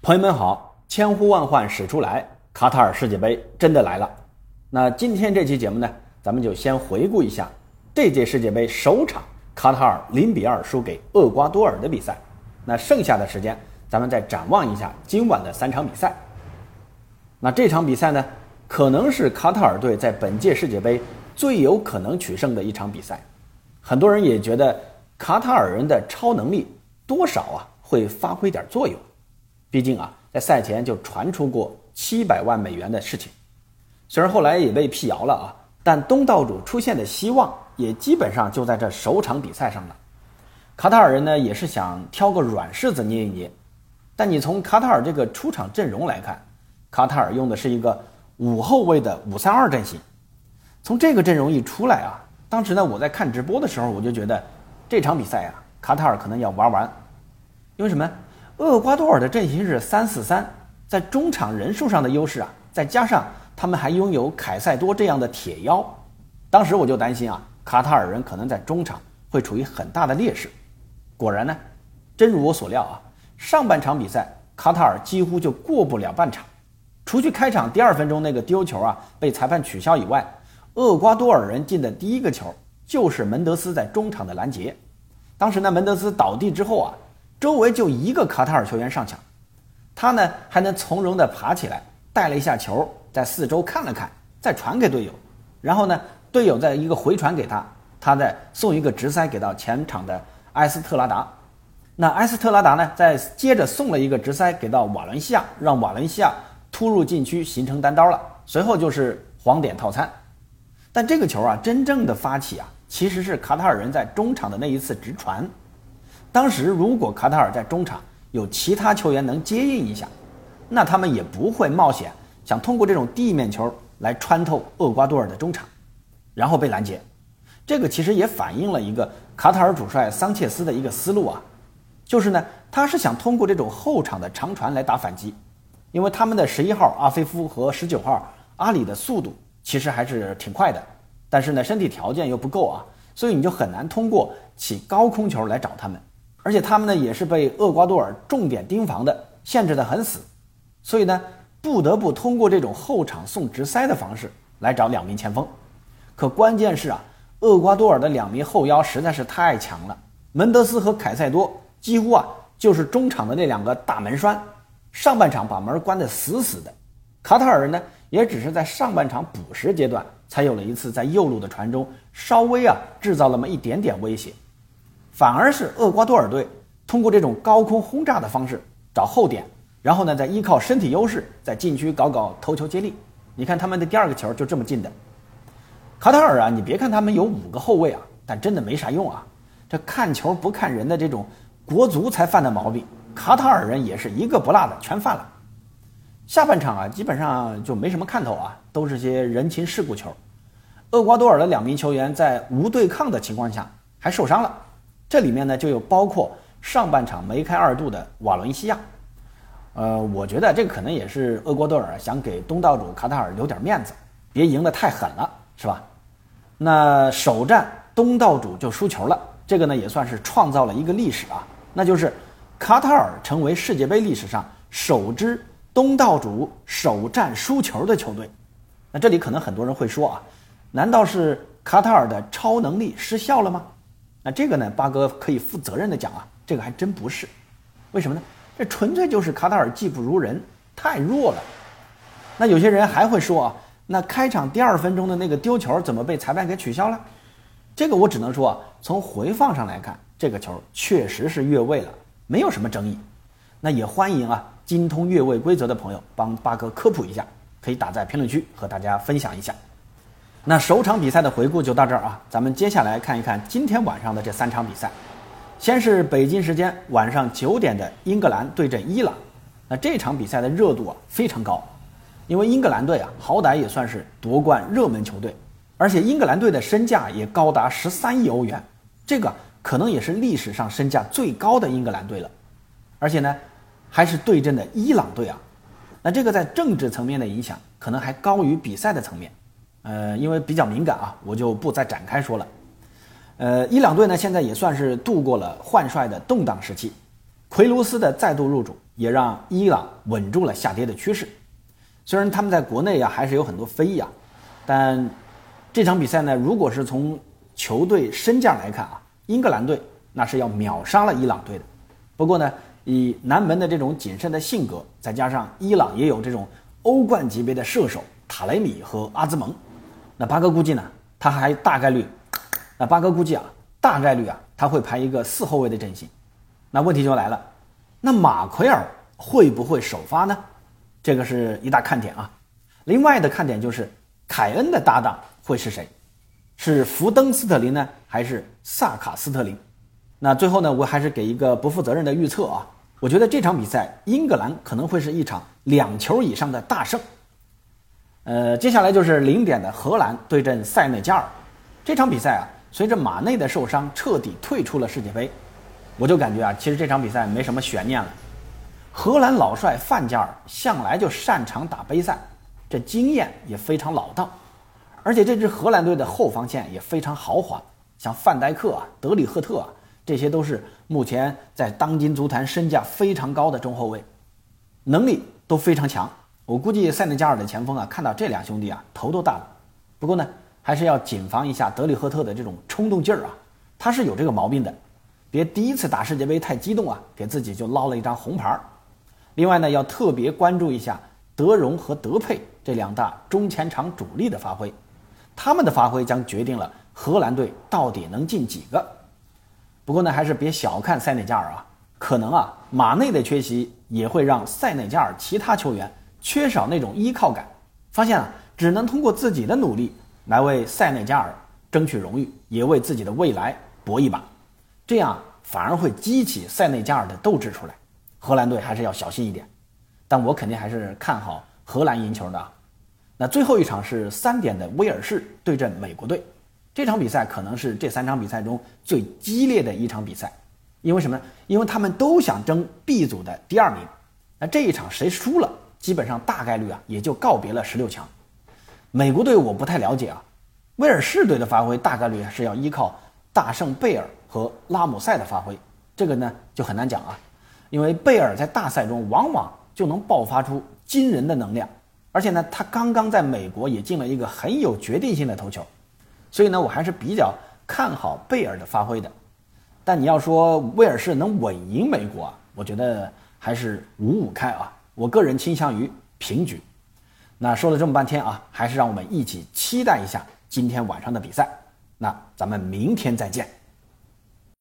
朋友们好，千呼万唤始出来，卡塔尔世界杯真的来了。那今天这期节目呢，咱们就先回顾一下这届世界杯首场卡塔尔0-2输给厄瓜多尔的比赛。那剩下的时间，咱们再展望一下今晚的3场比赛。那这场比赛呢，可能是卡塔尔队在本届世界杯最有可能取胜的一场比赛。很多人也觉得卡塔尔人的超能力多少会发挥点作用。毕竟在赛前就传出过700万美元的事情，虽然后来也被辟谣了但东道主出现的希望也基本上就在这首场比赛上了。卡塔尔人呢也是想挑个软柿子捏一捏，但你从卡塔尔这个出场阵容来看，卡塔尔用的是一个5后卫的5-3-2阵型。从这个阵容一出来当时呢我在看直播的时候我就觉得这场比赛卡塔尔可能要玩完。因为什么？厄瓜多尔的阵型是3-4-3，在中场人数上的优势再加上他们还拥有凯塞多这样的铁腰，当时我就担心卡塔尔人可能在中场会处于很大的劣势。果然呢，真如我所料上半场比赛卡塔尔几乎就过不了半场，除去开场第2分钟那个丢球被裁判取消以外，厄瓜多尔人进的第一个球就是门德斯在中场的拦截。当时呢，门德斯倒地之后周围就一个卡塔尔球员上抢，他呢还能从容地爬起来，带了一下球，在四周看了看，再传给队友，然后呢，队友再一个回传给他，他再送一个直塞给到前场的埃斯特拉达。那埃斯特拉达呢，再接着送了一个直塞给到瓦伦西亚，让瓦伦西亚突入禁区形成单刀了，随后就是黄点套餐。但这个球真正的发起其实是卡塔尔人在中场的那一次直传。当时如果卡塔尔在中场有其他球员能接应一下，那他们也不会冒险想通过这种地面球来穿透厄瓜多尔的中场，然后被拦截。这个其实也反映了一个卡塔尔主帅桑切斯的一个思路就是呢，他是想通过这种后场的长传来打反击，因为他们的11号阿菲夫和19号阿里的速度其实还是挺快的，但是呢身体条件又不够所以你就很难通过起高空球来找他们。而且他们呢也是被厄瓜多尔重点盯防的，限制得很死，所以呢不得不通过这种后场送直塞的方式来找2名前锋。可关键是厄瓜多尔的2名后腰实在是太强了，门德斯和凯塞多几乎就是中场的那2个大门栓，上半场把门关得死死的。卡塔尔人呢也只是在上半场补时阶段才有了一次在右路的传中，稍微制造了那么一点点威胁。反而是厄瓜多尔队通过这种高空轰炸的方式找后点，然后呢再依靠身体优势在禁区搞头球接力。你看他们的第2个球就这么进的。卡塔尔你别看他们有5个后卫但真的没啥用这看球不看人的这种国足才犯的毛病，卡塔尔人也是一个不落的全犯了。下半场基本上就没什么看头都是些人情世故球。厄瓜多尔的2名球员在无对抗的情况下还受伤了，这里面呢就有包括上半场梅开2度的瓦伦西亚。我觉得这个可能也是厄瓜多尔想给东道主卡塔尔留点面子，别赢得太狠了，是吧？那首战东道主就输球了，这个呢也算是创造了一个历史那就是卡塔尔成为世界杯历史上首支东道主首战输球的球队。那这里可能很多人会说难道是卡塔尔的超能力失效了吗？那这个呢，八哥可以负责任的讲这个还真不是。为什么呢？这纯粹就是卡塔尔技不如人，太弱了。那有些人还会说那开场第2分钟的那个丢球怎么被裁判给取消了？这个我只能说从回放上来看，这个球确实是越位了，没有什么争议。那也欢迎精通越位规则的朋友帮八哥科普一下，可以打在评论区和大家分享一下。那首场比赛的回顾就到这儿咱们接下来看一看今天晚上的这3场比赛。先是北京时间晚上9点的英格兰对阵伊朗。那这场比赛的热度非常高，因为英格兰队好歹也算是夺冠热门球队，而且英格兰队的身价也高达13亿欧元，这个可能也是历史上身价最高的英格兰队了。而且呢还是对阵的伊朗队那这个在政治层面的影响可能还高于比赛的层面。因为比较敏感我就不再展开说了。伊朗队呢现在也算是度过了换帅的动荡时期， 奎卢斯的再度入主也让伊朗稳住了下跌的趋势。虽然他们在国内还是有很多非议但这场比赛呢，如果是从球队身价来看英格兰队那是要秒杀了伊朗队的。不过呢，以南门的这种谨慎的性格，再加上伊朗也有这种欧冠级别的射手塔雷米和阿兹蒙，那巴哥估计呢，他还大概率他会排一个4后卫的阵型。那问题就来了，那马奎尔会不会首发呢？这个是一大看点另外的看点就是凯恩的搭档会是谁？是福登斯特林呢，还是萨卡斯特林？那最后呢，我还是给一个不负责任的预测我觉得这场比赛英格兰可能会是一场2球以上的大胜。接下来就是0点的荷兰对阵塞内加尔。这场比赛随着马内的受伤彻底退出了世界杯，我就感觉其实这场比赛没什么悬念了。荷兰老帅范加尔向来就擅长打杯赛，这经验也非常老道，而且这支荷兰队的后防线也非常豪华，像范戴克德里赫特这些都是目前在当今足坛身价非常高的中后卫，能力都非常强。我估计塞内加尔的前锋看到这俩兄弟头都大了。不过呢，还是要谨防一下德里赫特的这种冲动劲儿他是有这个毛病的，别第一次打世界杯太激动给自己就捞了一张红牌。另外呢，要特别关注一下德容和德佩这2大中前场主力的发挥，他们的发挥将决定了荷兰队到底能进几个。不过呢，还是别小看塞内加尔可能马内的缺席也会让塞内加尔其他球员缺少那种依靠感，发现只能通过自己的努力来为塞内加尔争取荣誉，也为自己的未来搏一把，这样反而会激起塞内加尔的斗志出来。荷兰队还是要小心一点，但我肯定还是看好荷兰赢球的。那最后一场是3点的威尔士对阵美国队，这场比赛可能是这3场比赛中最激烈的一场比赛。因为什么呢？因为他们都想争 B 组的第2名。那这一场谁输了，基本上大概率也就告别了16强。美国队我不太了解威尔士队的发挥大概率是要依靠大圣贝尔和拉姆塞的发挥，这个呢就很难讲因为贝尔在大赛中往往就能爆发出惊人的能量，而且呢他刚刚在美国也进了一个很有决定性的头球，所以呢我还是比较看好贝尔的发挥的。但你要说威尔士能稳赢美国我觉得还是5-5开我个人倾向于平局。那说了这么半天还是让我们一起期待一下今天晚上的比赛。那咱们明天再见。